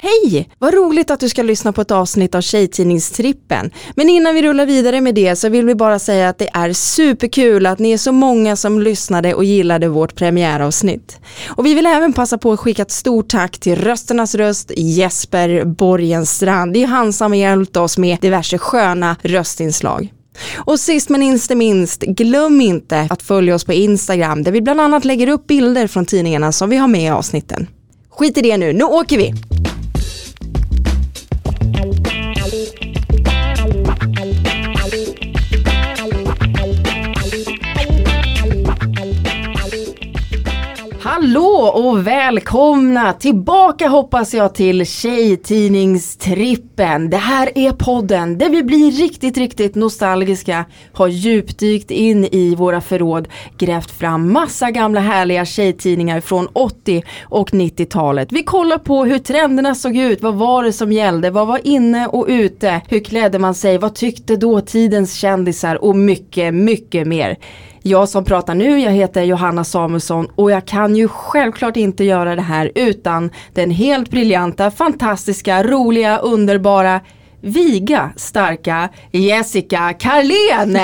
Hej! Vad roligt att du ska lyssna på ett avsnitt av Tjejtidningstrippen. Men innan vi rullar vidare med det så vill vi bara säga att det är superkul att ni är så många som lyssnade och gillade vårt premiäravsnitt. Och vi vill även passa på att skicka ett stort tack till Rösternas röst Jesper Borgenstrand. Det är han som har hjälpt oss med diverse sköna röstinslag. Och sist men inte minst, glöm inte att följa oss på Instagram där vi bland annat lägger upp bilder från tidningarna som vi har med i avsnitten. Skit i det nu åker vi! Hallå och välkomna tillbaka hoppas jag till Tjejtidningstrippen. Det här är podden där vi blir riktigt nostalgiska, har djupdykt in i våra förråd, grävt fram massa gamla härliga tjejtidningar från 80- och 90-talet. Vi kollar på hur trenderna såg ut, vad var det som gällde, vad var inne och ute, hur klädde man sig, vad tyckte dåtidens kändisar och mycket mer. Jag som pratar nu, jag heter Johanna Samuelsson och jag kan ju självklart inte göra det här utan den helt briljanta, fantastiska, roliga, underbara, viga, starka Jessica Karlén.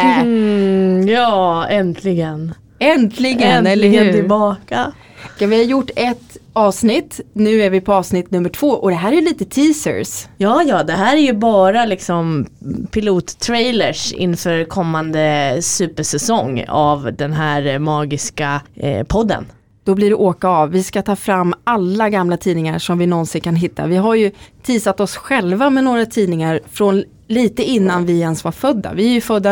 Ja, äntligen. Äntligen, eller hur? Tillbaka. Vi har gjort ett avsnitt, nu är vi på avsnitt nummer 2 och det här är lite teasers. Ja, det här är ju bara liksom pilottrailers inför kommande supersäsong av den här magiska podden. Då blir det åka av. Vi ska ta fram alla gamla tidningar som vi någonsin kan hitta. Vi har ju teasat oss själva med några tidningar från lite innan vi ens var födda. Vi är ju födda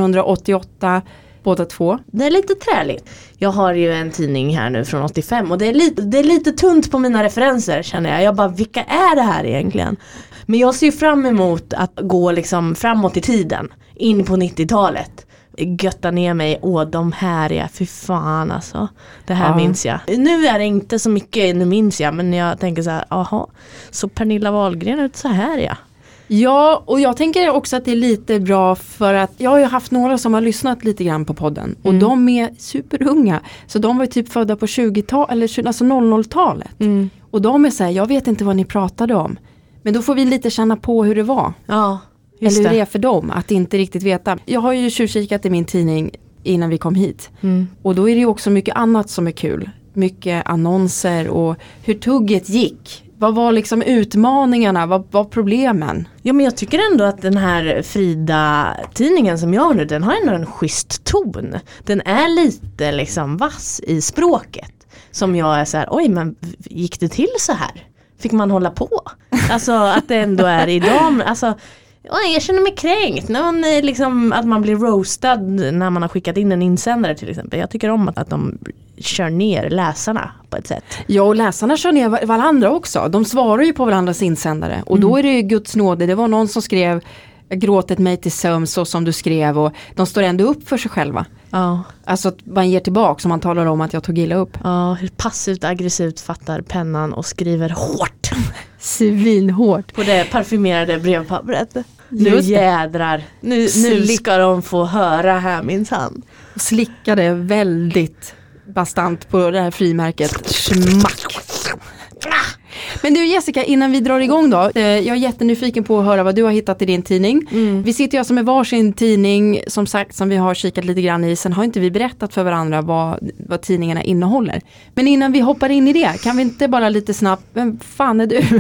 1988 båda två. Det är lite träligt. Jag har ju en tidning här nu från 85 och det är lite tunt på mina referenser känner jag. Jag bara, vilka är det här egentligen? Men jag ser fram emot att gå liksom framåt i tiden, in på 90-talet. Götta ner mig, de här är fy fan alltså. Det här minns jag. Nu är det inte så mycket, nu minns jag, men jag tänker så här, så Pernilla Wahlgren ut så här ja. Ja, och jag tänker också att det är lite bra för att jag har ju haft några som har lyssnat lite grann på podden och de är superunga. Så de var ju typ födda på 20-talet eller alltså 00-talet. Och de är så här, jag vet inte vad ni pratade om. Men då får vi lite känna på hur det var. Ja, just eller hur det är för dem att inte riktigt veta. Jag har ju tjuvkikat i min tidning innan vi kom hit. Och då är det ju också mycket annat som är kul. Mycket annonser och hur tugget gick. Vad var liksom utmaningarna? Vad var problemen? Ja, men jag tycker ändå att den här Frida-tidningen som jag har nu, den har ändå en schysst ton. Den är lite liksom vass i språket. Som jag är så här, oj men gick det till så här? Fick man hålla på? Alltså att det ändå är idag, alltså jag känner mig kränkt. Liksom, att man blir roastad när man har skickat in en insändare till exempel. Jag tycker om att de kör ner läsarna på ett sätt. Ja, och läsarna kör ner varandra också. De svarar ju på varandras insändare. Och då är det Guds nåde. Det var någon som skrev, jag gråtit mig till sömn så som du skrev. Och de står ändå upp för sig själva. Ja. Alltså att man ger tillbaka som man talar om att jag tog illa upp. Ja, hur passivt aggressivt fattar pennan och skriver hårt. Svinhårt. På det parfymerade brevpappret. Nu jädrar. Nu ska de få höra här minsann. Slickade väldigt bastant på det här frimärket. Smack. Men du Jessica, innan vi drar igång då. Jag är jättenyfiken på att höra vad du har hittat i din tidning. Vi sitter ju alltså med varsin tidning som sagt som vi har kikat lite grann i. Sen har inte vi berättat för varandra vad tidningarna innehåller. Men innan vi hoppar in i det, kan vi inte bara lite snabbt, vem fan är du?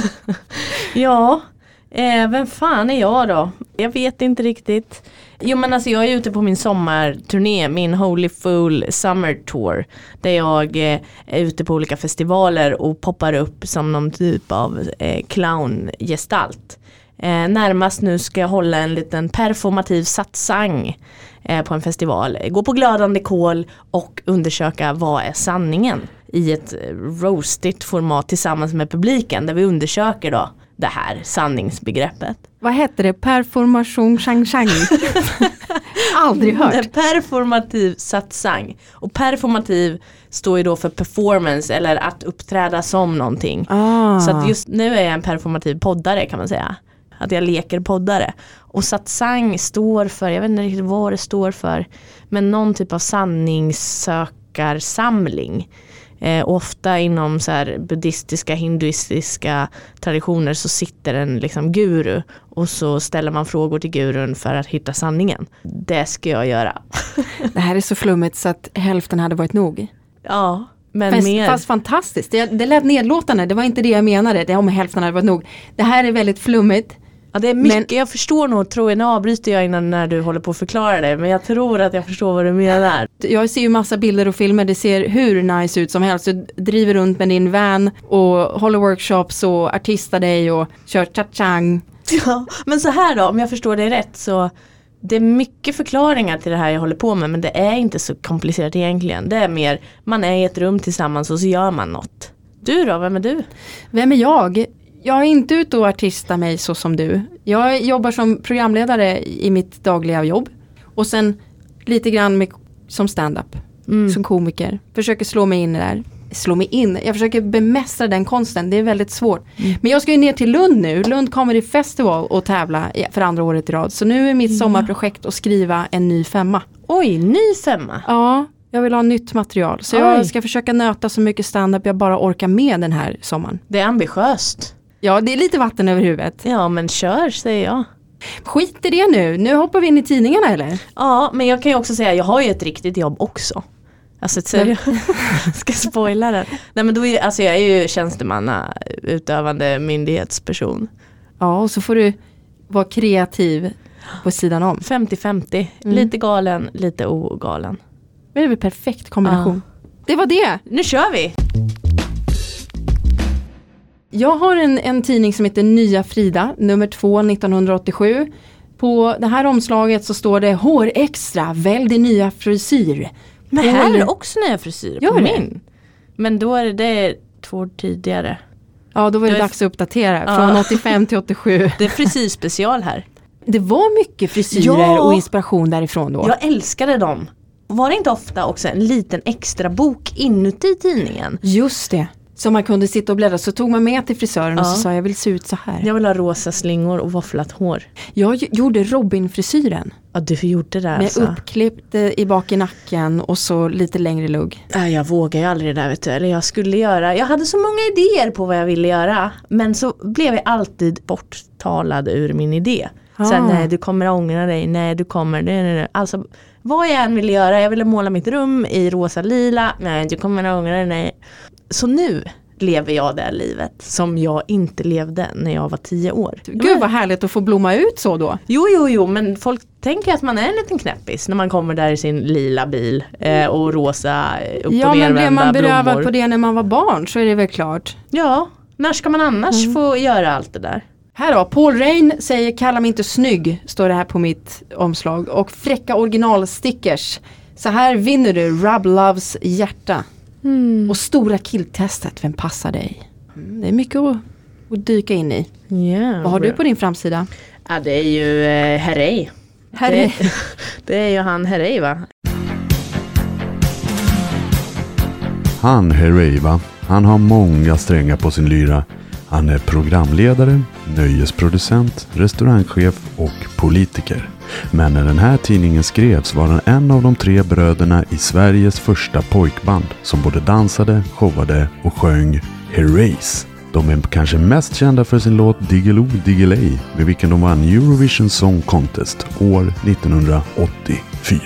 Ja, vem fan är jag då? Jag vet inte riktigt. Jo men alltså jag är ute på min sommarturné, min Holy Fool Summer Tour. Där jag är ute på olika festivaler och poppar upp som någon typ av clowngestalt. Närmast nu ska jag hålla en liten performativ satsang på en festival. Gå på glödande kol och undersöka vad är sanningen i ett roastigt format tillsammans med publiken. Där vi undersöker då det här sanningsbegreppet. Vad heter det? Performation chang. Aldrig hört. Performativ satsang. Och performativ står ju då för performance eller att uppträda som någonting. Så att just nu är jag en performativ poddare kan man säga. Att jag leker poddare. Och satsang står för, jag vet inte riktigt vad det står för, men någon typ av sanningssökarsamling. Ofta inom så här buddhistiska, hinduistiska traditioner så sitter en liksom guru och så ställer man frågor till gurun för att hitta sanningen. Det ska jag göra. Det här är så flummigt så att hälften hade varit nog. Ja, men mer. Fast fantastiskt. Det lät nedlåtande. Det var inte det jag menade. Det om hälften hade varit nog. Det här är väldigt flummigt. Ja, det är mycket. Jag förstår nog, tror jag. Nu avbryter jag innan när du håller på att förklara det. Men jag tror att jag förstår vad du menar. Jag ser ju massa bilder och filmer. Det ser hur nice ut som helst. Du driver runt med din van och håller workshops och artistar dig och kör cha-chang. Ja, men så här då, om jag förstår det rätt så det är mycket förklaringar till det här jag håller på med, men det är inte så komplicerat egentligen. Det är mer, man är i ett rum tillsammans och så gör man något. Du då, vem är du? Vem är jag? Jag är inte ute och artistar mig så som du. Jag jobbar som programledare i mitt dagliga jobb. Och sen lite grann som stand-up. Som komiker. Försöker slå mig in i det där. Jag försöker bemästra den konsten. Det är väldigt svårt. Men jag ska ju ner till Lund nu. Lund Comedy Festival och tävla för andra året i rad. Så nu är mitt sommarprojekt att skriva en ny 5. Oj, ny 5? Ja, jag vill ha nytt material. Så jag ska försöka nöta så mycket stand-up jag bara orkar med den här sommaren. Det är ambitiöst. Ja, det är lite vatten över huvudet. Ja, men kör, säger jag. Skit i det nu. Nu hoppar vi in i tidningarna, eller? Ja, men jag kan ju också säga jag har ju ett riktigt jobb också. Alltså jag ska spoila det. Nej, men då jag är ju tjänstemanna, utövande myndighetsperson. Ja, och så får du vara kreativ på sidan om. 50-50. Lite galen, lite ogalen. Det är väl perfekt kombination. Ja. Det var det. Nu kör vi. Jag har en tidning som heter Nya Frida, nummer 2, 1987. På det här omslaget så står det Hår extra, välj din nya frisyr. Men här är det också nya frisyrer på min. Men då är det 2 år tidigare. Ja, då var det dags att uppdatera. Från 85 till 87. Det är frisyrspecial här. Det var mycket frisyrer och inspiration därifrån då. Jag älskade dem. Var det inte ofta också en liten extra bok inuti tidningen? Just det. Så man kunde sitta och bläddra. Så tog man med till frisören och så sa jag vill se ut så här. Jag vill ha rosa slingor och våfflat hår. Jag gjorde Robin-frisyren. Ja, du gjorde det med alltså. Med uppklippt i bak i nacken och så lite längre lugg. Jag vågar ju aldrig det där, vet du. Eller jag skulle göra. Jag hade så många idéer på vad jag ville göra. Men så blev jag alltid borttalad ur min idé. Så nej, du kommer ångra dig. Nej, du kommer. Nej. Alltså, vad jag än ville göra. Jag ville måla mitt rum i rosa lila. Nej, du kommer ångra dig. Nej. Så nu lever jag det livet som jag inte levde när jag var 10 år. Gud vad härligt att få blomma ut så då. Jo, men folk tänker att man är en liten knäppis när man kommer där i sin lila bil och rosa upp- och nervända blommor. Ja, men blev man berövad på det när man var barn så är det väl klart. Ja, när ska man annars få göra allt det där? Här då, Paul Rein säger kalla mig inte snygg, står det här på mitt omslag. Och fräcka originalstickers. Så här vinner du Rub Loves hjärta. Och stora killtestet, vem passar dig? Det är mycket att dyka in i. Yeah, vad har du på din framsida? Ja, det är ju Herrey. Det är ju han Herrey, va? Han Herrey, va? Han har många strängar på sin lyra. Han är programledare, nöjesproducent, restaurangchef och politiker. Men när den här tidningen skrevs var han en av de 3 bröderna i Sveriges första pojkband som både dansade, showade och sjöng Herreys. De är kanske mest kända för sin låt Diggiloo Diggiley med vilken de vann Eurovision Song Contest år 1984.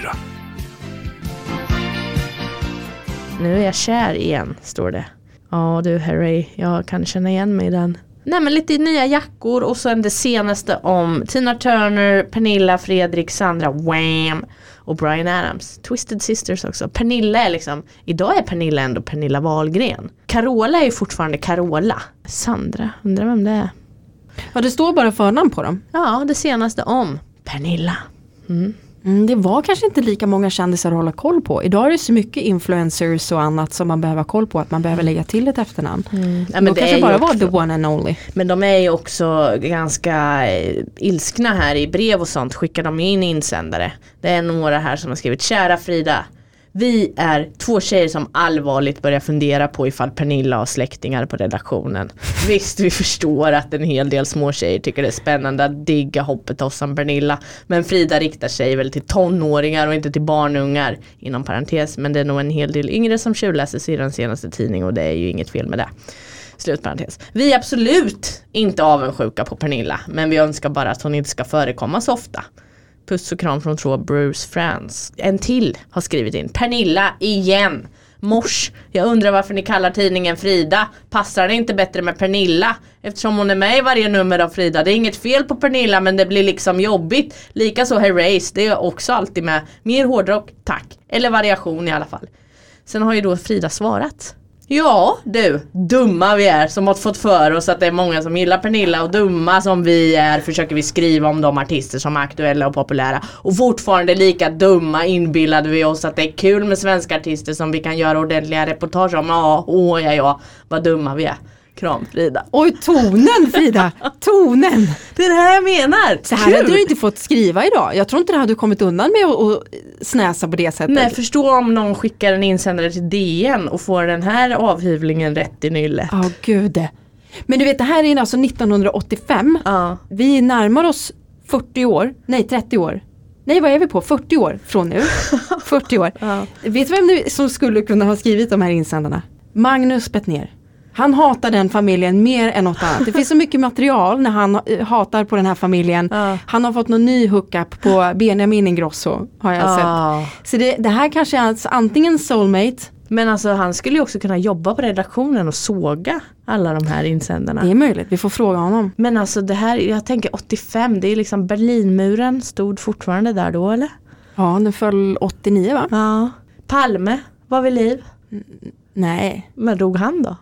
Nu är jag kär igen, står det. Ja du Herrey, jag kan känna igen mig i den. Nej, men lite nya jackor och sen det senaste om Tina Turner, Pernilla, Fredrik, Sandra, Wham! Och Bryan Adams. Twisted Sisters också. Pernilla är liksom, idag är Pernilla ändå Pernilla Wahlgren. Carola är ju fortfarande Carola. Sandra, undrar vem det är. Ja, det står bara förnamn på dem. Ja, det senaste om Pernilla. Det var kanske inte lika många kändisar att hålla koll på. Idag är det så mycket influencers och annat som man behöver ha koll på att man behöver lägga till ett efternamn. Ja, men de det kanske bara också var the one and only. Men de är ju också ganska ilskna här i brev och sånt. Skickar de in insändare. Det är några här som har skrivit: kära Frida, Vi är 2 tjejer som allvarligt börjar fundera på ifall Pernilla har släktingar på redaktionen. Visst, vi förstår att en hel del små tjejer tycker det är spännande att digga hoppet hos som Pernilla. Men Frida riktar sig väl till tonåringar och inte till barnungar, inom parentes. Men det är nog en hel del yngre som tjuvläser sig i den senaste tidningen och det är ju inget fel med det. Slutparentes. Vi är absolut inte avundsjuka på Pernilla, men vi önskar bara att hon inte ska förekomma så ofta. Puss och kram från Bruce France. En till har skrivit in. Pernilla igen. Mors, jag undrar varför ni kallar tidningen Frida. Passar det inte bättre med Pernilla? Eftersom hon är med i varje nummer av Frida. Det är inget fel på Pernilla, men det blir liksom jobbigt. Likaså Herreys, det är också alltid med. Mer hårdrock, tack. Eller variation i alla fall. Sen har ju då Frida svarat. Ja, du, dumma vi är som har fått för oss att det är många som gillar Pernilla och dumma som vi är försöker vi skriva om de artister som är aktuella och populära och fortfarande lika dumma inbillade vi oss att det är kul med svenska artister som vi kan göra ordentliga reportage om. Ja, vad dumma vi är. Kram Frida. Oj, tonen Frida, tonen. Det är det här jag menar. Så här hade du inte fått skriva idag. Jag tror inte det hade kommit undan med att snäsa på det sättet. Nej, förstå om någon skickar en insändare till DN och får den här avhyvlingen rätt i nyllet. Ja, gud. Men du vet, det här är alltså 1985. Ja. Vi närmar oss 40 år. Nej, 30 år. Nej, vad är vi på? 40 år från nu. 40 år. Ja. Vet du vem som skulle kunna ha skrivit de här insändarna? Magnus Bettner. Han hatar den familjen mer än något annat. Det finns så mycket material när han hatar på den här familjen. Han har fått någon ny hookup på Benjamin Ingrosso, har jag sett. Så det här kanske är alltså antingen soulmate. Men alltså han skulle ju också kunna jobba på redaktionen och såga alla de här insändarna. Det är möjligt, vi får fråga honom. Men alltså det här, jag tänker 85, det är liksom Berlinmuren stod fortfarande där då, eller? Ja, den föll 89 va? Ja. Palme var vid liv. Nej. Men dog han då?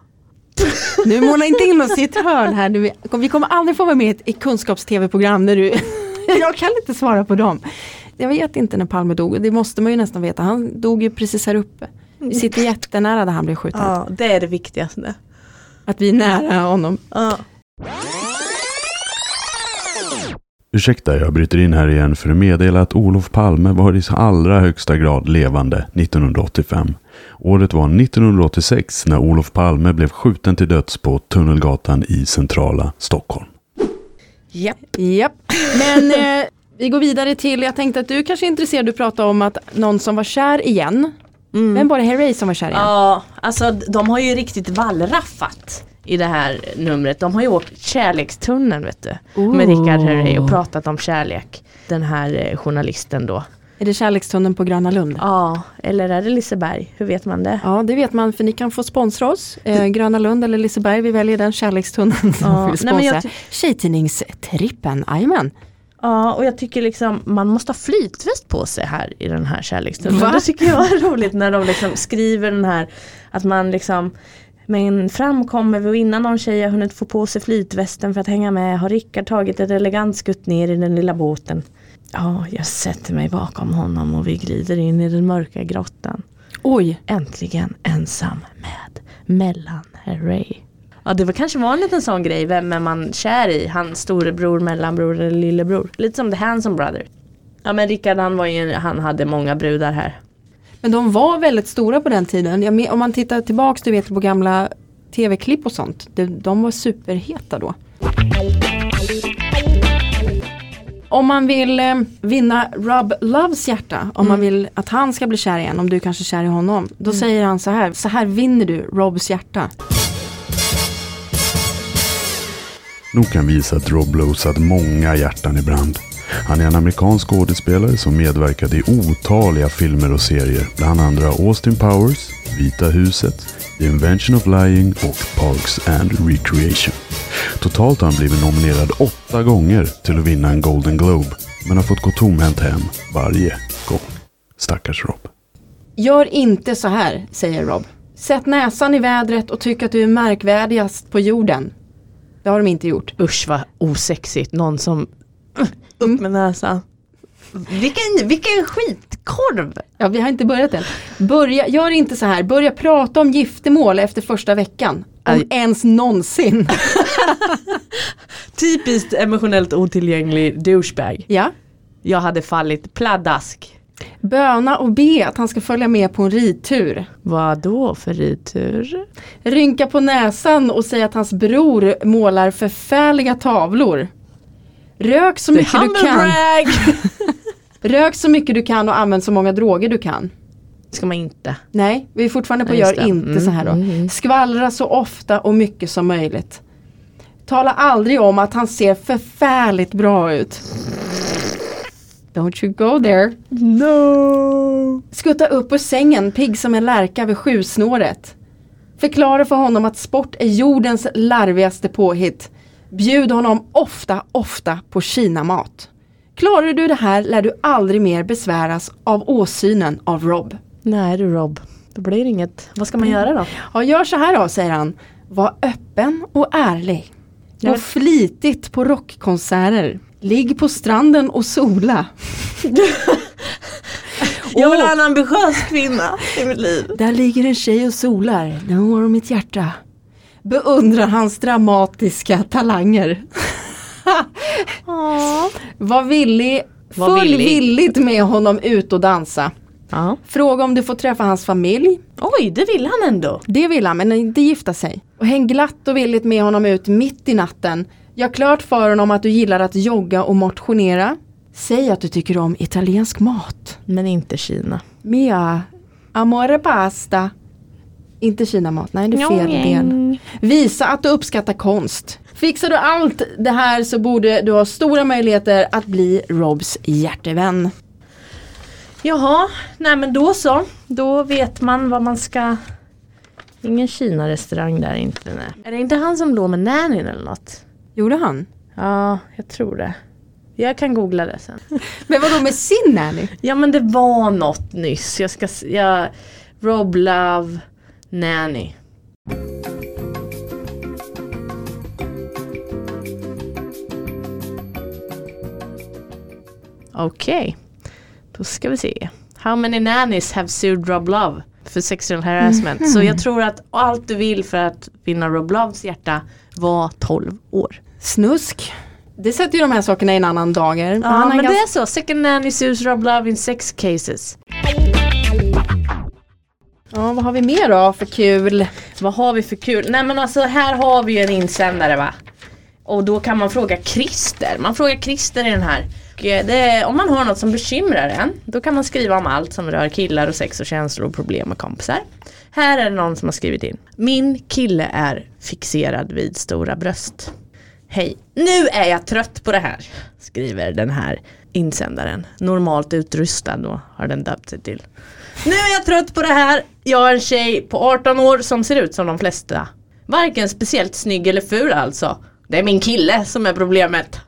Nu målar inte in oss i ett hörn här. Vi kommer aldrig få vara med i ett kunskaps-tv-program när du... Jag kan inte svara på dem. Jag vet inte när Palme dog. Det måste man ju nästan veta. Han dog ju precis här uppe. Vi sitter jättenära där han blev skjuten. Ja, det är det viktigaste. Att vi är nära honom. Ja. Ursäkta, jag bryter in här igen för att meddela att Olof Palme var i allra högsta grad levande 1985. Året var 1986 när Olof Palme blev skjuten till döds på Tunnelgatan i centrala Stockholm. Japp. Men vi går vidare till, jag tänkte att du kanske är intresserad att prata om att någon som var kär igen. Men bara Herrey som var kär igen. Ja, alltså de har ju riktigt vallraffat i det här numret. De har ju åkt kärlekstunneln, vet du. Med Richard Herrey och pratat om kärlek. Den här journalisten då. Är det kärlekstunneln på Gröna Lund? Ja, eller är det Liseberg? Hur vet man det? Ja, det vet man, för ni kan få sponsra oss. Gröna Lund eller Liseberg, vi väljer den kärlekstunneln som vill sponsra. Tjejtidningstrippen, ajmen. Ja, och jag tycker liksom man måste ha flytväst på sig här i den här kärlekstunneln. Det tycker jag är roligt när de liksom skriver den här, att man liksom... Men framkommer vi och innan någon tjej har hunnit få på sig flytvästen för att hänga med har Rickard tagit ett elegant skutt ner i den lilla båten. Ja, jag sätter mig bakom honom och vi glider in i den mörka grottan. Oj! Äntligen ensam med mellan Herrey. Ja, det var kanske var en liten sån grej. Vem är man kär i? Hans storebror, mellanbror eller lillebror? Lite som The Handsome Brother. Ja, men Rickard han hade många brudar här. Men de var väldigt stora på den tiden. Om man tittar tillbaka, du vet, på gamla tv-klipp och sånt. De var superheta då. Om man vill vinna Rob Loves hjärta, om man vill att han ska bli kär igen, om du kanske är kär i honom, då säger han så här vinner du Robs hjärta. Nog kan visa att Rob Lowe satt många hjärtan i brand. Han är en amerikansk skådespelare som medverkade i otaliga filmer och serier, bland andra Austin Powers, Vita huset, The Invention of Lying och Parks and Recreation. Totalt har han blivit nominerad 8 gånger till att vinna en Golden Globe, men har fått gå tomhänt hem varje gång. Stackars Rob. Gör inte så här, säger Rob. Sätt näsan i vädret och tyck att du är märkvärdigast på jorden. Det har de inte gjort. Usch vad osexigt, någon som upp med näsan. Vilken skitkorv. Ja, vi har inte börjat än. Gör inte så här. Börja prata om giftermål efter första veckan. Om ens någonsin. Typiskt emotionellt otillgänglig douchebag. Ja. Jag hade fallit pladask. Böna och be att han ska följa med på en ridtur. Vad då för ridtur? Rynka på näsan och säga att hans bror målar förfärliga tavlor. Rök så mycket du kan. Rök så mycket du kan och använd så många droger du kan. Ska man inte. Nej, vi är fortfarande på gör inte så här då. Skvallra så ofta och mycket som möjligt. Tala aldrig om att han ser förfärligt bra ut. Don't you go there. No. Skutta upp ur sängen, pigg som en lärka vid 7-snåret. Förklara för honom att sport är jordens larvigaste påhitt. Bjud honom ofta på Kina-mat. Klarar du det här lär du aldrig mer besväras av åsynen av Rob. Nej du Rob, det blir inget. Vad ska man göra då? Ja, gör så här då, säger han. Var öppen och ärlig. Och flitigt på rockkonserter. Ligg på stranden och sola. Jag vill ha en ambitiös kvinna i mitt liv. Där ligger en tjej och solar. Den har mitt hjärta. Beundrar hans dramatiska talanger. Var villigt med honom ut och dansa. Fråga om du får träffa hans familj. Oj, det vill han ändå. Det vill han, men inte gifta sig. Och häng glatt och villigt med honom ut mitt i natten. Gör klart för honom att du gillar att jogga och motionera. Säg att du tycker om italiensk mat. Men inte Kina. Mia, amore pasta. Inte Kina-mat, nej det är fel ben. Visa att du uppskattar konst. Fixar du allt det här så borde du ha stora möjligheter att bli Robs hjärtevän. Jaha, nej men då så. Då vet man vad man ska... Ingen Kina-restaurang där inte. Nej. Är det inte han som låg med nannyn eller något? Gjorde han? Ja, jag tror det. Jag kan googla det sen. Men vad då med sin nanny? Ja men det var något nyss. Rob Love Nanny. Okej. Då ska vi se. How many nannies have sued Rob Love för sexual harassment? Så jag tror att allt du vill för att vinna Rob Loves hjärta var 12 år. Snusk. Det sätter ju de här sakerna i en annan dager. Ja, men det är så. Second nanny sues Rob Love in 6 cases. Ja, vad har vi mer då för kul? Vad har vi för kul? Nej men alltså här har vi en insändare va? Och då kan man fråga Christer. Man frågar Christer i den här. Om man har något som bekymrar en, då kan man skriva om allt som rör killar och sex och känslor och problem med kompisar. Här är det någon som har skrivit in. Min kille är fixerad vid stora bröst. Hej, nu är jag trött på det här, skriver den här insändaren. Normalt utrustad då har den döpt sig till. Nu är jag trött på det här. Jag är en tjej på 18 år som ser ut som de flesta. Varken speciellt snygg eller ful alltså. Det är min kille som är problemet.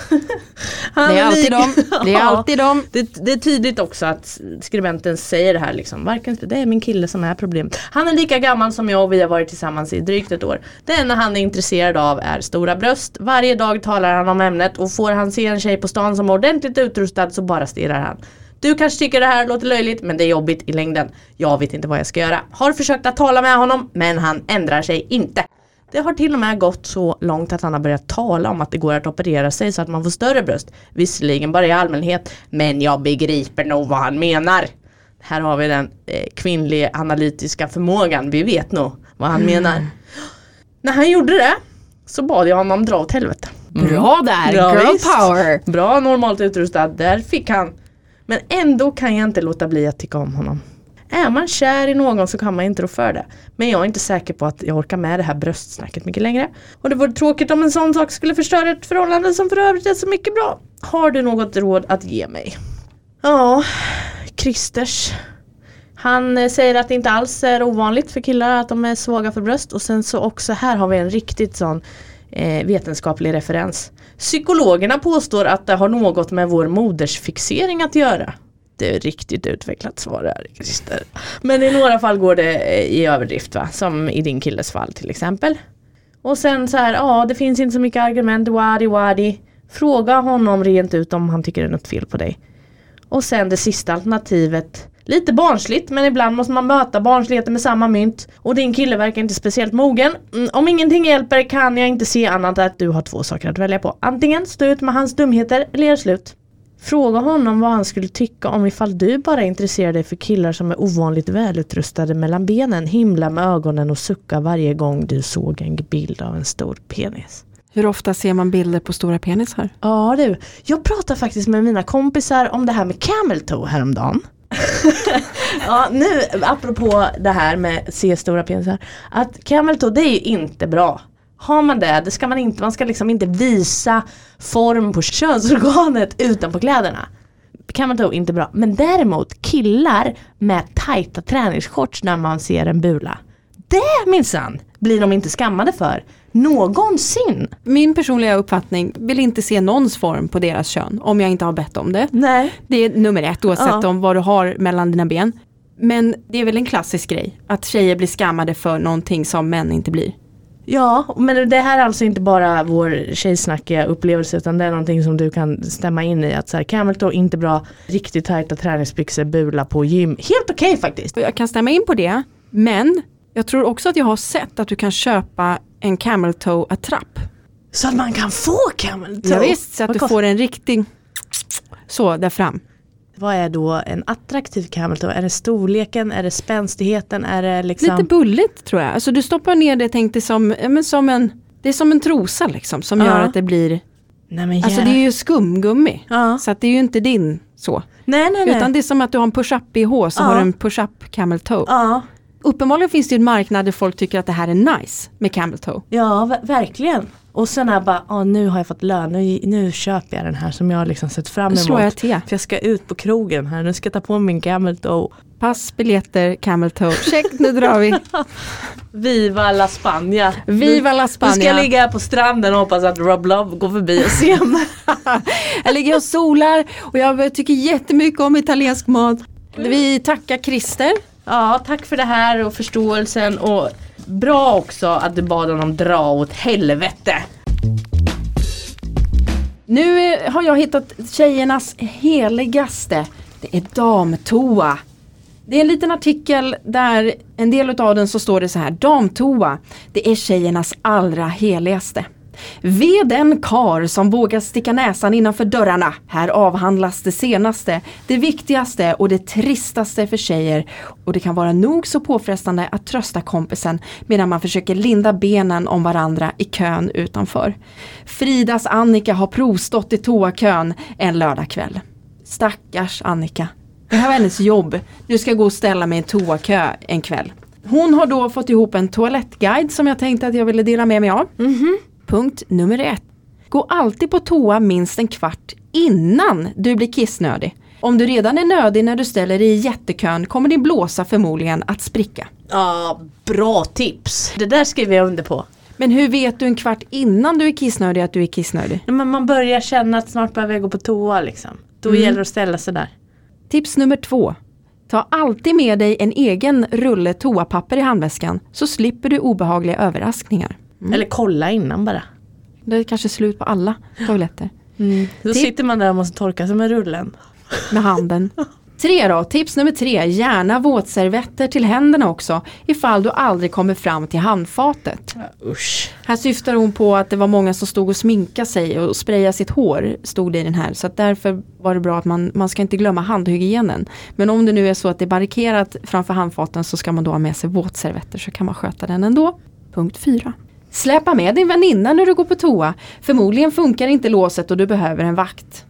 Det är alltid dem. Det är alltid dem. Det är tydligt också att skribenten säger det här liksom. Varken, det är min kille som är problemet. Han är lika gammal som jag och vi har varit tillsammans i drygt ett år. Det enda han är intresserad av är stora bröst. Varje dag talar han om ämnet och får han se en tjej på stan som är ordentligt utrustad så bara stirrar han. Du kanske tycker det här låter löjligt men det är jobbigt i längden. Jag vet inte vad jag ska göra. Har försökt att tala med honom men han ändrar sig inte. Det har till och med gått så långt att han har börjat tala om att det går att operera sig så att man får större bröst. Visserligen bara i allmänhet, men jag begriper nog vad han menar. Här har vi den kvinnliga analytiska förmågan. Vi vet nog vad han menar. När han gjorde det så bad jag honom dra åt helvete. Bra där, Bra, girl visst. power. Bra, normalt utrustad. Där fick han. Men ändå kan jag inte låta bli att tycka om honom. Är man kär i någon så kan man inte rå för det. Men jag är inte säker på att jag orkar med det här bröstsnacket mycket längre. Och det vore tråkigt om en sån sak skulle förstöra ett förhållande som för övrigt är så mycket bra. Har du något råd att ge mig? Ja, Christers. Han säger att det inte alls är ovanligt för killar att de är svaga för bröst. Och sen så också här har vi en riktigt sån vetenskaplig referens. Psykologerna påstår att det har något med vår modersfixering att göra. Det är riktigt utvecklat svar här, Christer. Men i några fall går det i överdrift va? Som i din killes fall till exempel. Och sen så här, ja det finns inte så mycket argument, wadi. Fråga honom rent ut om han tycker det är något fel på dig. Och sen det sista alternativet. Lite barnsligt, men ibland måste man möta barnsligheten med samma mynt. Och din kille verkar inte speciellt mogen. Om ingenting hjälper kan jag inte se annat än att du har 2 saker att välja på. Antingen stå ut med hans dumheter eller göra slut. Fråga honom vad han skulle tycka om ifall du bara intresserar dig för killar som är ovanligt välutrustade mellan benen, himla med ögonen och sucka varje gång du såg en bild av en stor penis. Hur ofta ser man bilder på stora penisar? Ja du, jag pratar faktiskt med mina kompisar om det här med camel toe häromdagen. Ja, nu apropå det här med se stora penisar, att camel toe, det är ju inte bra. Har man det ska man inte, man ska liksom inte visa form på könsorganet utan på kläderna. Camel toe inte bra, men däremot killar med tajta träningsshorts när man ser en bula. Det minsann blir de inte skammade för någonsin. Min personliga uppfattning vill inte se någons form på deras kön om jag inte har bett om det. Nej. Det är nummer 1 oavsett om vad du har mellan dina ben. Men det är väl en klassisk grej att tjejer blir skammade för någonting som män inte blir. Ja, men det här är alltså inte bara vår tjejsnackiga upplevelse utan det är någonting som du kan stämma in i. Att så här, camel toe inte bra, riktigt tajta träningsbyxor, bula på gym. Helt okej faktiskt. Jag kan stämma in på det, men jag tror också att jag har sett att du kan köpa en camel toe attrapp. Så att man kan få camel toe? Ja, visst, så att du får en riktig så där fram. Vad är då en attraktiv camel toe? Är det storleken? Är det spänstigheten? Är det liksom... Lite bulligt tror jag. Alltså du stoppar ner det, tänkte det är som en trosa liksom, som gör att det blir... Nej, men alltså det är ju skumgummi. Så att det är ju inte din så. Nej. Utan det är som att du har en push-up BH så har du en push-up camel toe. Uppenbarligen finns det ju en marknad där folk tycker att det här är nice med camel toe. Ja, verkligen. Och sen är bara, nu har jag fått lön. Nu köper jag den här som jag har liksom sett fram emot. Slår jag till. För jag ska ut på krogen här. Nu ska jag ta på min camel toe. Pass, biljetter, camel toe. Check, nu drar vi. Viva la Spania. Viva la Spania. Nu ska jag ligga här på stranden och hoppas att Rob Love går förbi och ser mig. Jag ligger och solar och jag tycker jättemycket om italiensk mat. Vi tackar Christer. Ja, tack för det här och förståelsen. Och bra också att du bad honom dra åt helvete. Nu har jag hittat tjejernas heligaste. Det är damtoa. Det är en liten artikel där en del av den så står det så här: damtoa, det är tjejernas allra heligaste. Ve den kar som vågar sticka näsan innanför dörrarna. Här avhandlas det senaste, det viktigaste och det tristaste för tjejer. Och det kan vara nog så påfrestande att trösta kompisen medan man försöker linda benen om varandra i kön utanför. Fridas Annika har provstått i toakön en lördagkväll. Stackars Annika. Det här var hennes jobb. Du ska gå och ställa mig i en toakö en kväll. Hon har då fått ihop en toalettguide som jag tänkte att jag ville dela med mig av. Punkt nummer 1. Gå alltid på toa minst en kvart innan du blir kissnödig. Om du redan är nödig när du ställer dig i jättekön kommer din blåsa förmodligen att spricka. Ja, bra tips. Det där skriver jag under på. Men hur vet du en kvart innan du är kissnödig att du är kissnödig? Men man börjar känna att snart behöver jag gå på toa liksom. Då gäller det att ställa sig där. Tips nummer 2. Ta alltid med dig en egen rulle toapapper i handväskan så slipper du obehagliga överraskningar. Eller kolla innan bara. Det är kanske slut på alla toaletter. Då sitter man där och måste torka sig med rullen. Med handen. 3 då, tips nummer 3. Gärna våtservetter till händerna också ifall du aldrig kommer fram till handfatet. Usch. Här syftar hon på att det var många som stod och sminka sig och spraya sitt hår, stod det i den här. Så att därför var det bra att man ska inte glömma handhygienen. Men om det nu är så att det är barrikerat framför handfaten så ska man då ha med sig våtservetter så kan man sköta den ändå. Punkt 4. Släpa med din väninna när du går på toa. Förmodligen funkar inte låset och du behöver en vakt.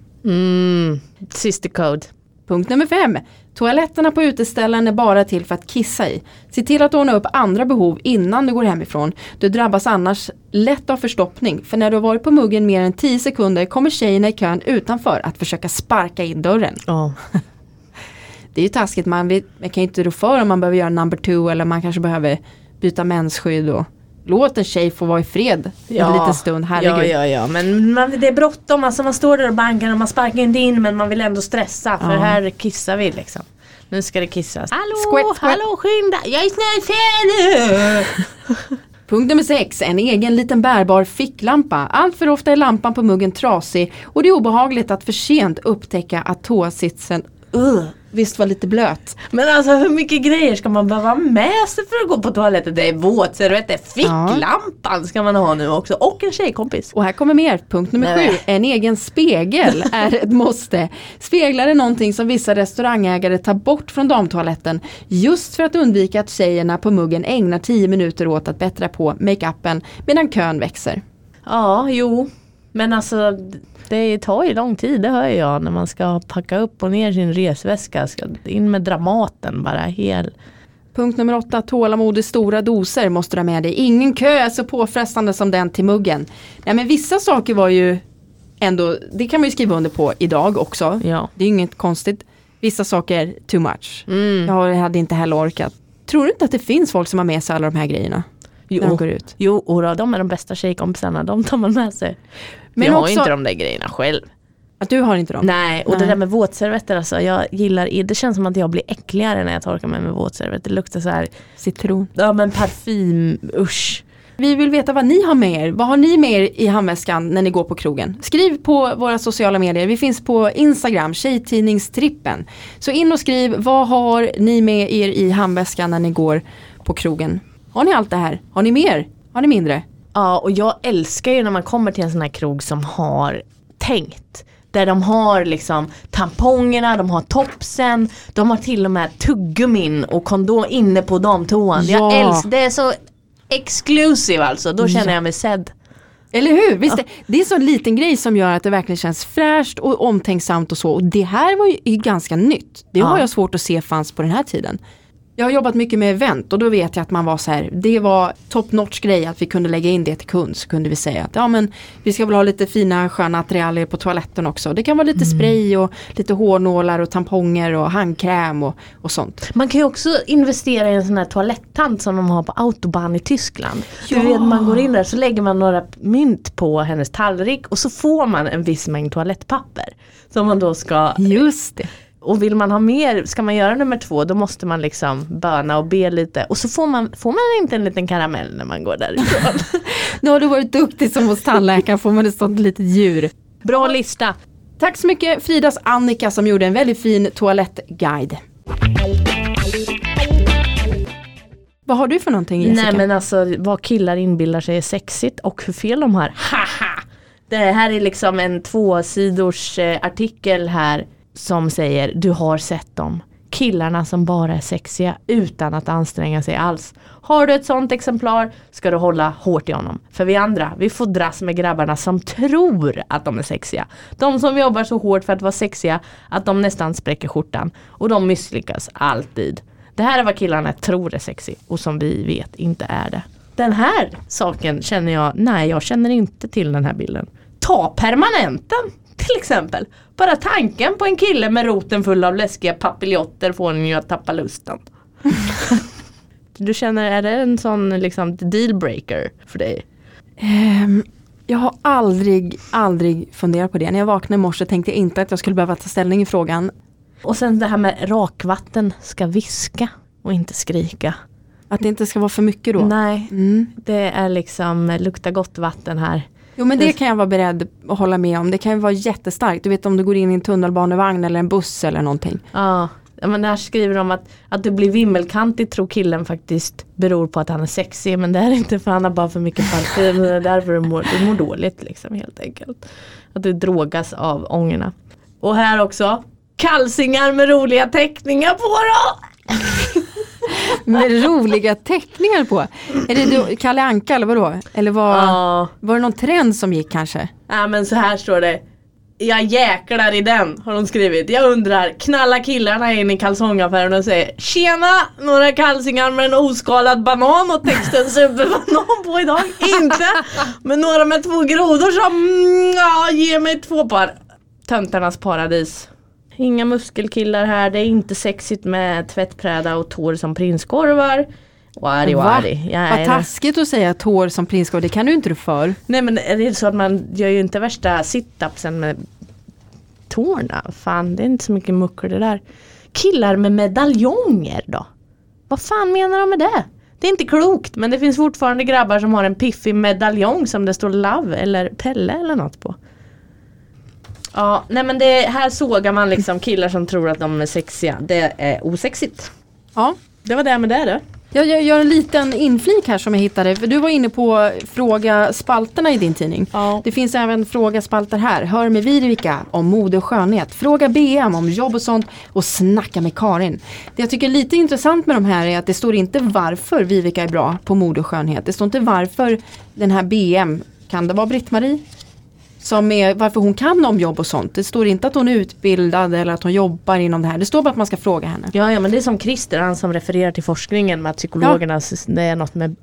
Sister code. Punkt nummer 5. Toaletterna på uteställen är bara till för att kissa i. Se till att ordna upp andra behov innan du går hemifrån. Du drabbas annars lätt av förstoppning. För när du har varit på muggen mer än 10 sekunder kommer tjejerna i kön utanför att försöka sparka in dörren. Det är ju taskigt. Man kan ju inte rå för om man behöver göra number 2 eller man kanske behöver byta mensskydd och låt en tjej få vara i fred en liten stund, herregud. Ja, men det är bråttom, alltså man står där och bankar och man sparkar inte in men man vill ändå stressa för här kissar vi liksom. Nu ska det kissas. Hallå, hallå skynda, jag är snart färdig. Punkt nummer 6, en egen liten bärbar ficklampa. Allt för ofta är lampan på muggen trasig och det är obehagligt att för sent upptäcka att toasitsen visst var lite blöt. Men alltså hur mycket grejer ska man behöva med sig för att gå på toaletten? Det är våtservetter, ficklampan ska man ha nu också. Och en tjejkompis. Och här kommer mer. Punkt nummer 7. En egen spegel är ett måste. Speglar är någonting som vissa restaurangägare tar bort från damtoaletten. Just för att undvika att tjejerna på muggen ägnar 10 minuter åt att bättra på make-upen medan kön växer. Ja, jo. Men alltså det tar ju lång tid, det hör jag, när man ska packa upp och ner sin resväska. Ska in med Dramaten bara hel. Punkt nummer 8. Tålamod i stora doser måste du ha med dig. Ingen kö är så påfrestande som den till muggen. Nej, men vissa saker var ju ändå, det kan man ju skriva under på idag också. Ja. Det är ju inget konstigt. Vissa saker too much. Jag hade inte heller orkat. Tror du inte att det finns folk som har med sig alla de här grejerna? När de går ut? Jo, och de är de bästa tjejkompisarna, de tar man med sig. Men jag har inte de där grejerna själv. Att du har inte dem? Nej, och det där med våtservetter, alltså, jag gillar, det känns som att jag blir äckligare när jag torkar mig med våtservetter. Det luktar så här citron. Ja, men parfym, usch. Vi vill veta vad ni har med er. Vad har ni med er i handväskan när ni går på krogen? Skriv på våra sociala medier. Vi finns på Instagram, Tjejtidningstrippen. Så in och skriv, vad har ni med er i handväskan när ni går på krogen? Har ni allt det här? Har ni mer? Har ni mindre? Ja, och jag älskar ju när man kommer till en sån här krog som har tänkt. Där de har liksom tampongerna, de har topsen, de har till och med tuggummin och kondom inne på damtoan. Ja. Jag älskar, det är så exclusive alltså, då känner jag mig sedd. Eller hur? Visst, det är så en liten grej som gör att det verkligen känns fräscht och omtänksamt och så. Och det här var ju ganska nytt. Det har jag svårt att se fanns på den här tiden. Jag har jobbat mycket med event och då vet jag att man var så här, det var top notch grej att vi kunde lägga in det till kund, så kunde vi säga att ja, men vi ska väl ha lite fina sköna attiraljer på toaletten också. Det kan vara lite spray och lite hårnålar och tamponger och handkräm och sånt. Man kan ju också investera i en sån här toalettant som de har på Autobahn i Tyskland. Ja. Du vet, man går in där så lägger man några mynt på hennes tallrik och så får man en viss mängd toalettpapper som man då ska... Just det. Och vill man ha mer, ska man göra nummer 2, då måste man liksom böna och be lite. Och så får man inte en liten karamell när man går därifrån. Nu har du varit duktig som hos tandläkaren, får man ett sånt litet djur. Bra lista. Tack så mycket Fridas Annika som gjorde en väldigt fin toalettguide. Vad har du för någonting, Jessica? Nej, men alltså vad killar inbillar sig är sexigt och hur fel de har. Haha! Det här är liksom en 2-sidors artikel här som säger, du har sett dem. Killarna som bara är sexiga utan att anstränga sig alls. Har du ett sånt exemplar ska du hålla hårt i honom. För vi andra, vi får dras med grabbarna som tror att de är sexiga. De som jobbar så hårt för att vara sexiga att de nästan spräcker skjortan. Och de misslyckas alltid. Det här är vad killarna tror är sexy och som vi vet inte är det. Den här saken känner jag, nej jag känner inte till den här bilden. Ta permanenten till exempel. Bara tanken på en kille med roten full av läskiga papiljotter får en ju att tappa lusten. Du känner, är det en sån liksom dealbreaker för dig? Jag har aldrig funderat på det. När jag vaknade i morse tänkte jag inte att jag skulle behöva ta ställning i frågan. Och sen det här med rakvatten ska viska och inte skrika. Att det inte ska vara för mycket då? Nej, det är liksom lukta gott vatten här. Jo, men det kan jag vara beredd att hålla med om. Det kan ju vara jättestarkt. Du vet om du går in i en tunnelbanevagn eller en buss eller någonting. Ja, men där skriver de att det blir vimmelkantigt tror killen faktiskt beror på att han är sexig. Men det är inte för han har bara för mycket parfym. Det är därför du mår dåligt liksom helt enkelt. Att du drogas av ångerna. Och här också, kalsingar med roliga teckningar på då! Med roliga teckningar på. Är det då Kalle Anka eller vadå? Eller var det någon trend som gick kanske? Ja, men så här står det. Jag jäklar i den, har de skrivit. Jag undrar, knalla killarna in i kalsongaffären och säger tjena, några kalsingar med en oskalad banan och texten superbanan på idag. Inte, men några med 2 grodor som ge mig 2 par. Töntarnas paradis. Inga muskelkillar här, det är inte sexigt med tvättpräda och tår som prinskorvar. Wari. Vad taskigt att säga tår som prinskorvar, det kan du inte du för. Nej, men är det så att man gör ju inte värsta sit-upsen med tårna? Fan, det är inte så mycket muckor det där. Killar med medaljonger då? Vad fan menar de med det? Det är inte klokt, men det finns fortfarande grabbar som har en piffig medaljong som det står Love eller Pelle eller något på. Ja, nej men det här sågar man liksom killar som tror att de är sexiga. Det är osexigt. Ja. Det var det med det då. Jag gör en liten inflik här som jag hittade. För du var inne på fråga-spalterna i din tidning. Ja. Det finns även fråga-spalter här. Hör med Vivica om mode och skönhet. Fråga BM om jobb och sånt. Och snacka med Karin. Det jag tycker är lite intressant med de här är att det står inte varför Vivica är bra på mode och skönhet. Det står inte varför den här BM, kan det vara Britt-Marie? Som är varför hon kan om jobb och sånt. Det står inte att hon är utbildad eller att hon jobbar inom det här. Det står bara att man ska fråga henne. Ja, men det är som Christer, han som refererar till forskningen med att psykologerna, det är något med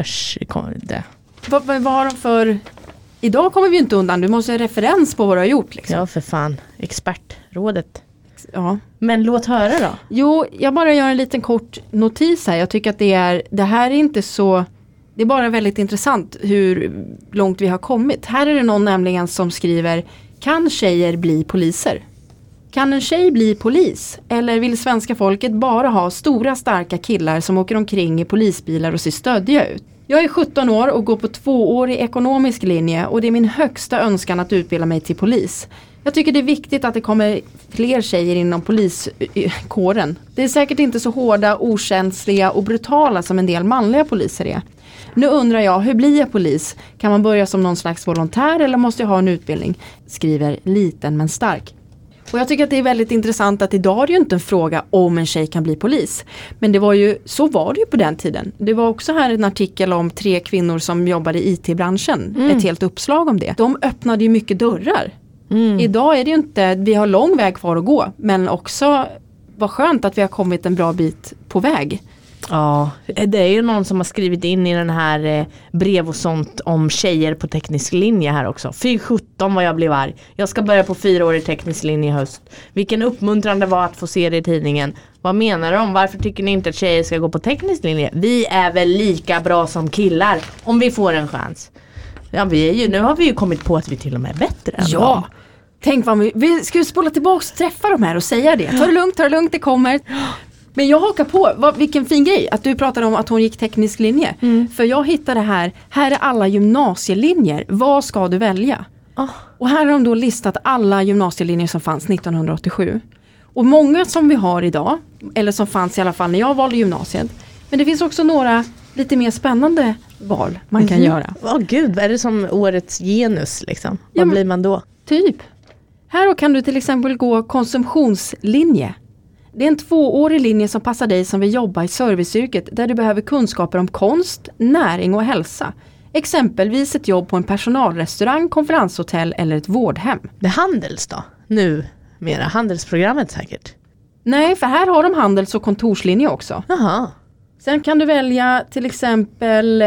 det. Vad har de för... Idag kommer vi inte undan. Du måste ha referens på vad du har gjort. Liksom. Ja, för fan. Expertrådet. Ja. Men låt höra då. Jo, jag bara gör en liten kort notis här. Jag tycker att det här är inte så... Det är bara väldigt intressant hur långt vi har kommit. Här är det någon nämligen som skriver: kan tjejer bli poliser? Kan en tjej bli polis? Eller vill svenska folket bara ha stora starka killar som åker omkring i polisbilar och ser stöddiga ut? Jag är 17 år och går på 2-årig ekonomisk linje och det är min högsta önskan att utbilda mig till polis. Jag tycker det är viktigt att det kommer fler tjejer inom poliskåren. Det är säkert inte så hårda, okänsliga och brutala som en del manliga poliser är. Nu undrar jag, hur blir jag polis? Kan man börja som någon slags volontär eller måste jag ha en utbildning? Skriver liten men stark. Och jag tycker att det är väldigt intressant att idag är det ju inte en fråga om en tjej kan bli polis. Men så var det ju på den tiden. Det var också här en artikel om 3 kvinnor som jobbade i IT-branschen. Ett helt uppslag om det. De öppnade ju mycket dörrar. Idag är det ju inte, vi har lång väg kvar att gå. Men också, vad skönt att vi har kommit en bra bit på väg. Ja, det är ju någon som har skrivit in i den här brev och sånt om tjejer på teknisk linje här också. Fy 17 vad jag blev arg. Jag ska börja på 4-årig teknisk linje i höst. Vilken uppmuntrande var att få se det i tidningen. Vad menar de? Varför tycker ni inte att tjejer ska gå på teknisk linje? Vi är väl lika bra som killar om vi får en chans. Ja, nu har vi ju kommit på att vi till och med är bättre än dem. Tänk vad vi ska spola tillbaka och träffa de här och säga det. Ta det lugnt, det kommer. Men jag hakar på, vilken fin grej att du pratade om att hon gick teknisk linje. För jag hittade här är alla gymnasielinjer. Vad ska du välja? Och här har de då listat alla gymnasielinjer som fanns 1987. Och många som vi har idag, eller som fanns i alla fall när jag valde gymnasiet. Men det finns också några lite mer spännande val man kan göra. Gud, är det som årets genus liksom? Vad blir man då? Typ. Här kan du till exempel gå konsumtionslinje. Det är en 2-årig linje som passar dig som vill jobba i serviceyrket där du behöver kunskaper om konst, näring och hälsa. Exempelvis ett jobb på en personalrestaurang, konferenshotell eller ett vårdhem. Det är Handels då? Nu mera handelsprogrammet säkert. Nej, för här har de handels- och kontorslinje också. Aha. Sen kan du välja till exempel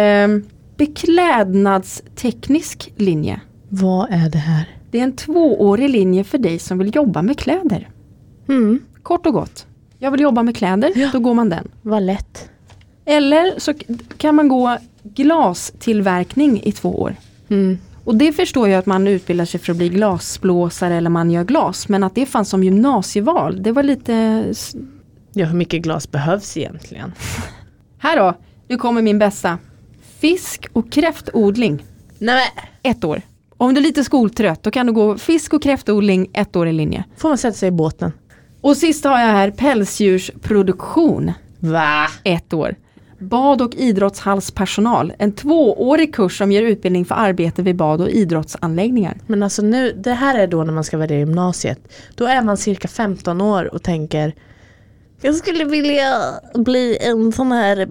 beklädnadsteknisk linje. Vad är det här? Det är en 2-årig linje för dig som vill jobba med kläder. Kort och gott. Jag vill jobba med kläder, då går man den. Vad lätt. Eller så kan man gå glastillverkning i 2 år. Och det förstår jag att man utbildar sig för att bli glasblåsare eller man gör glas. Men att det fanns som gymnasieval, det var lite... Ja, hur mycket glas behövs egentligen? Här då, nu kommer min bästa. Fisk- och kräftodling. Nej. 1 år. Om du är lite skoltrött, då kan du gå fisk- och kräftodling 1 år i linje. Får man sätta sig i båten? Och sist har jag här pälsdjursproduktion. Va? 1 år. Bad- och idrottshallspersonal. En 2-årig kurs som ger utbildning för arbete vid bad- och idrottsanläggningar. Men alltså nu, det här är då när man ska välja gymnasiet. Då är man cirka 15 år och tänker, jag skulle vilja bli en sån här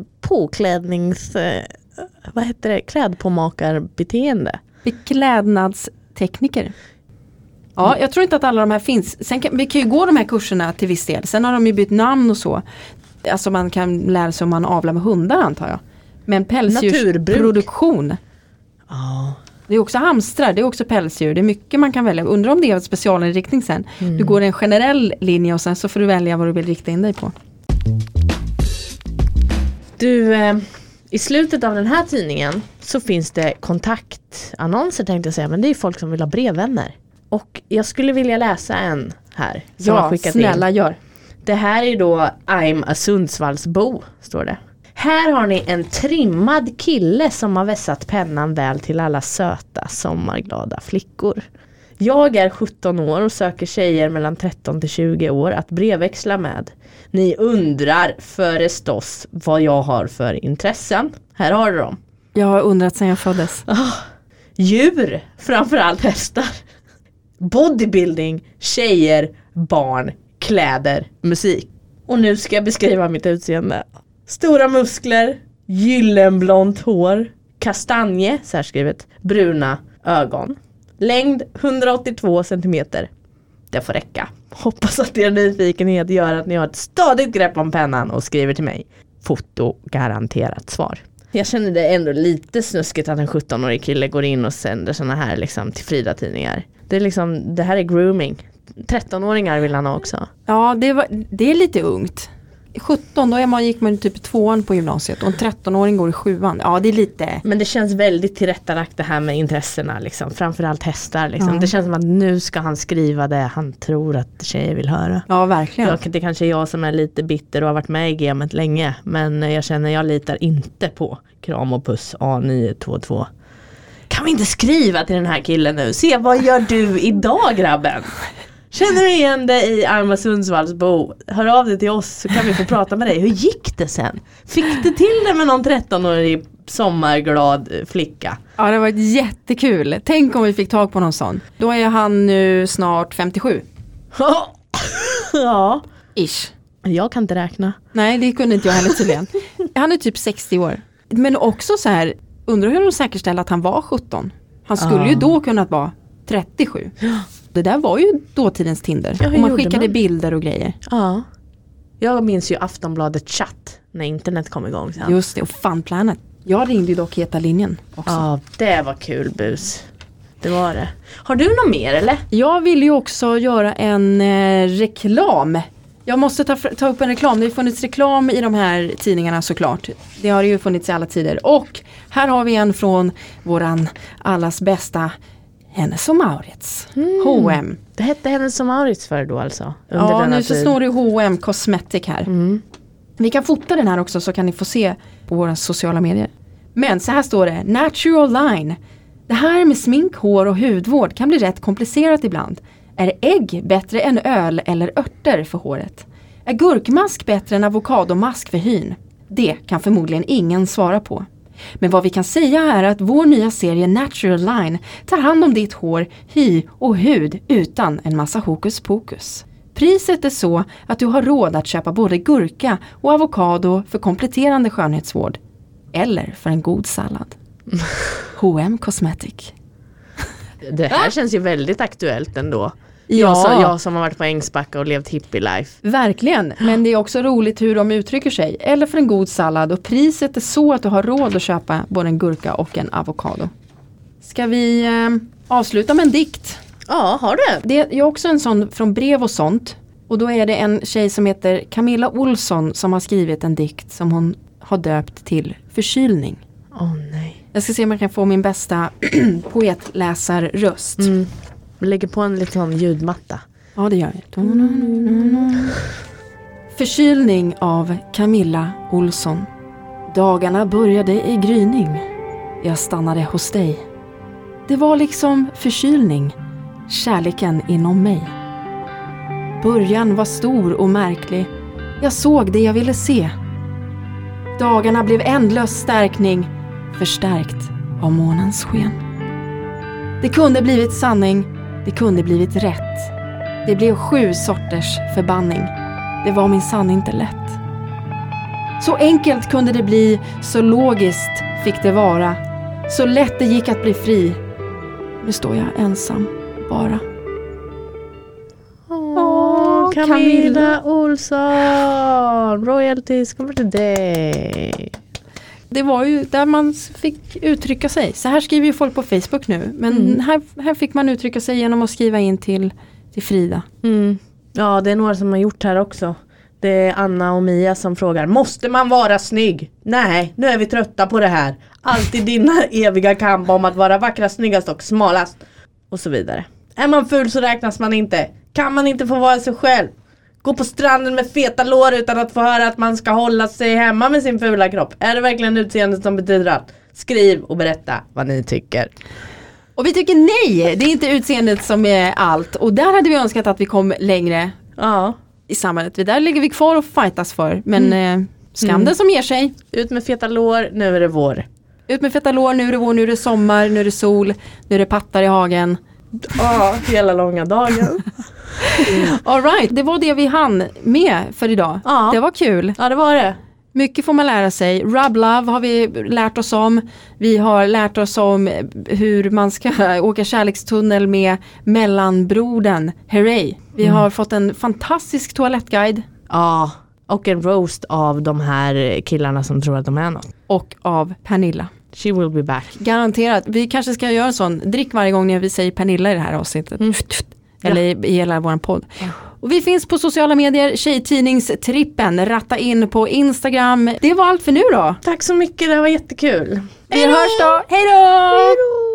klädpåmakarbeteende. Beklädnadstekniker. Ja, jag tror inte att alla de här finns. Sen vi kan ju gå de här kurserna till viss del. Sen har de ju bytt namn och så. Alltså man kan lära sig om man avlar med hundar antar jag. Men pälsdjursproduktion. Ja. Det är också hamstrar, det är också pälsdjur. Det är mycket man kan välja. Undrar om det är en specialinriktning sen. Du går en generell linje och sen så får du välja vad du vill rikta in dig på. Du, i slutet av den här tidningen så finns det kontaktannonser tänkte jag säga. Men det är folk som vill ha brevvänner. Och jag skulle vilja läsa en här. Som har skickat snälla in. Gör. Det här är då I'm a Sundsvallsbo, står det. Här har ni en trimmad kille som har vässat pennan väl till alla söta sommarglada flickor. Jag är 17 år och söker tjejer mellan 13 till 20 år att brevväxla med. Ni undrar förstås vad jag har för intressen. Här har du dem. Jag har undrat sedan jag föddes. Djur, framförallt hästar. Bodybuilding, tjejer, barn, kläder, musik. Och nu ska jag beskriva mitt utseende. Stora muskler, gyllenblont hår, kastanje, särskrivet, bruna ögon. Längd 182 centimeter. Det får räcka. Hoppas att er nyfikenhet gör att ni har ett stadigt grepp om pennan och skriver till mig. Foto garanterat svar. Jag känner det ändå lite snuskigt att en 17-årig kille går in och sänder såna här liksom till Frida-tidningar. Det är liksom, det här är grooming. 13-åringar vill han ha också. Ja, det är lite ungt. 17, då gick man typ 2:an på gymnasiet och en 13-åring går i 7:an. Ja, det är lite... Men det känns väldigt tillrättalagt det här med intressena liksom. Framförallt hästar liksom. Ja. Det känns som att nu ska han skriva det han tror att tjejer vill höra. Ja, verkligen. Det kanske är jag som är lite bitter och har varit med i gamet länge. Men jag litar inte på kram och puss A922. Kan vi inte skriva till den här killen nu? Se, vad gör du idag, grabben? Känner du igen dig i Alma Sundsvallsbo? Hör av dig till oss så kan vi få prata med dig. Hur gick det sen? Fick du till det med någon 13-årig sommarglad flicka? Ja, det var jättekul. Tänk om vi fick tag på någon sån. Då är han nu snart 57. Ja. Ish. Jag kan inte räkna. Nej, det kunde inte jag heller tydligen. Han är typ 60 år. Men också så här, undrar hur de säkerställer att han var 17. Han skulle ju då kunnat vara 37. Det där var ju dåtidens Tinder. Ja, och man skickade bilder och grejer. Ja. Jag minns ju Aftonbladet chatt när internet kom igång sen. Just det, och Funplanet. Jag ringde ju dock Heta linjen också. Ja, det var kul bus. Det var det. Har du något mer eller? Jag vill ju också göra en reklam. Jag måste ta upp en reklam. Det har funnits reklam i de här tidningarna såklart. Det har ju funnits i alla tider. Och här har vi en från våran allas bästa Hennes och Mauritz. H&M. Det hette Hennes och Mauritz för då alltså? Ja, nu så snor det H&M Cosmetic här. Vi kan fota den här också så kan ni få se på våra sociala medier. Men så här står det. Natural line. Det här med smink, hår och hudvård kan bli rätt komplicerat ibland. Är ägg bättre än öl eller örter för håret? Är gurkmask bättre än avokadomask för hyn? Det kan förmodligen ingen svara på. Men vad vi kan säga är att vår nya serie Natural Line tar hand om ditt hår, hy och hud utan en massa hokus pokus. Priset är så att du har råd att köpa både gurka och avokado för kompletterande skönhetsvård. Eller för en god sallad. H&M Cosmetic. Det här känns ju väldigt aktuellt ändå. Ja. Jag som har varit på Ängsbacka och levt hippie-life. Verkligen, men det är också roligt hur de uttrycker sig. Eller för en god sallad och priset är så att du har råd att köpa både en gurka och en avokado. Ska vi avsluta med en dikt? Ja, har du? Det är också en sån från Brev och sånt. Och då är det en tjej som heter Camilla Olsson som har skrivit en dikt som hon har döpt till Förkylning. Nej. Jag ska se om jag kan få min bästa poetläsarröst. Vi lägger på en liten ljudmatta. Ja, det gör vi. Förkylning av Camilla Olsson. Dagarna började i gryning. Jag stannade hos dig. Det var liksom förkylning. Kärleken inom mig. Början var stor och märklig. Jag såg det jag ville se. Dagarna blev ändlös stärkning. Förstärkt av månens sken. Det kunde blivit sanning. Det kunde blivit rätt. Det blev 7 sorters förbanning. Det var minsann inte lätt. Så enkelt kunde det bli, så logiskt fick det vara. Så lätt det gick att bli fri. Nu står jag ensam bara. Camilla Olsson, royalties kommer till dig. Det var ju där man fick uttrycka sig. Så här skriver ju folk på Facebook nu. Men här fick man uttrycka sig genom att skriva in till Frida. Ja, det är några som har gjort här också. Det är Anna och Mia som frågar: måste man vara snygg? Nej, nu är vi trötta på det här. Alltid dina eviga kamp om att vara vackrast, snyggast och smalast. Och så vidare. Är man ful så räknas man inte. Kan man inte få vara sig själv? Gå på stranden med feta lår utan att få höra att man ska hålla sig hemma med sin fula kropp. Är det verkligen utseendet som betyder allt? Skriv och berätta vad ni tycker. Och vi tycker nej, det är inte utseendet som är allt. Och där hade vi önskat att vi kom längre i samhället. Där ligger vi kvar och fightas för. Men skam den som ger sig. Ut med feta lår, nu är det vår. Ut med feta lår, nu är det vår, nu är det sommar, nu är det sol, nu är det pattar i hagen. Hela långa dagen. All right, det var det vi hann med för idag. Ja. Det var kul. Ja, det var det. Mycket får man lära sig. Rub love har vi lärt oss om. Vi har lärt oss om hur man ska åka kärlekstunnel med mellanbrodern Herrey. Vi har fått en fantastisk toalettguide. Ja, och en roast av de här killarna som tror att de är något. Och av Pernilla. She will be back. Garanterat. Vi kanske ska göra en sån drick varje gång när vi säger Pernilla i det här avsnittet. Eller i hela vår podd. Och vi finns på sociala medier, Tjejtidningstrippen. Ratta in på Instagram. Det var allt för nu då. Tack så mycket, det var jättekul. Vi hörs då. Hej då!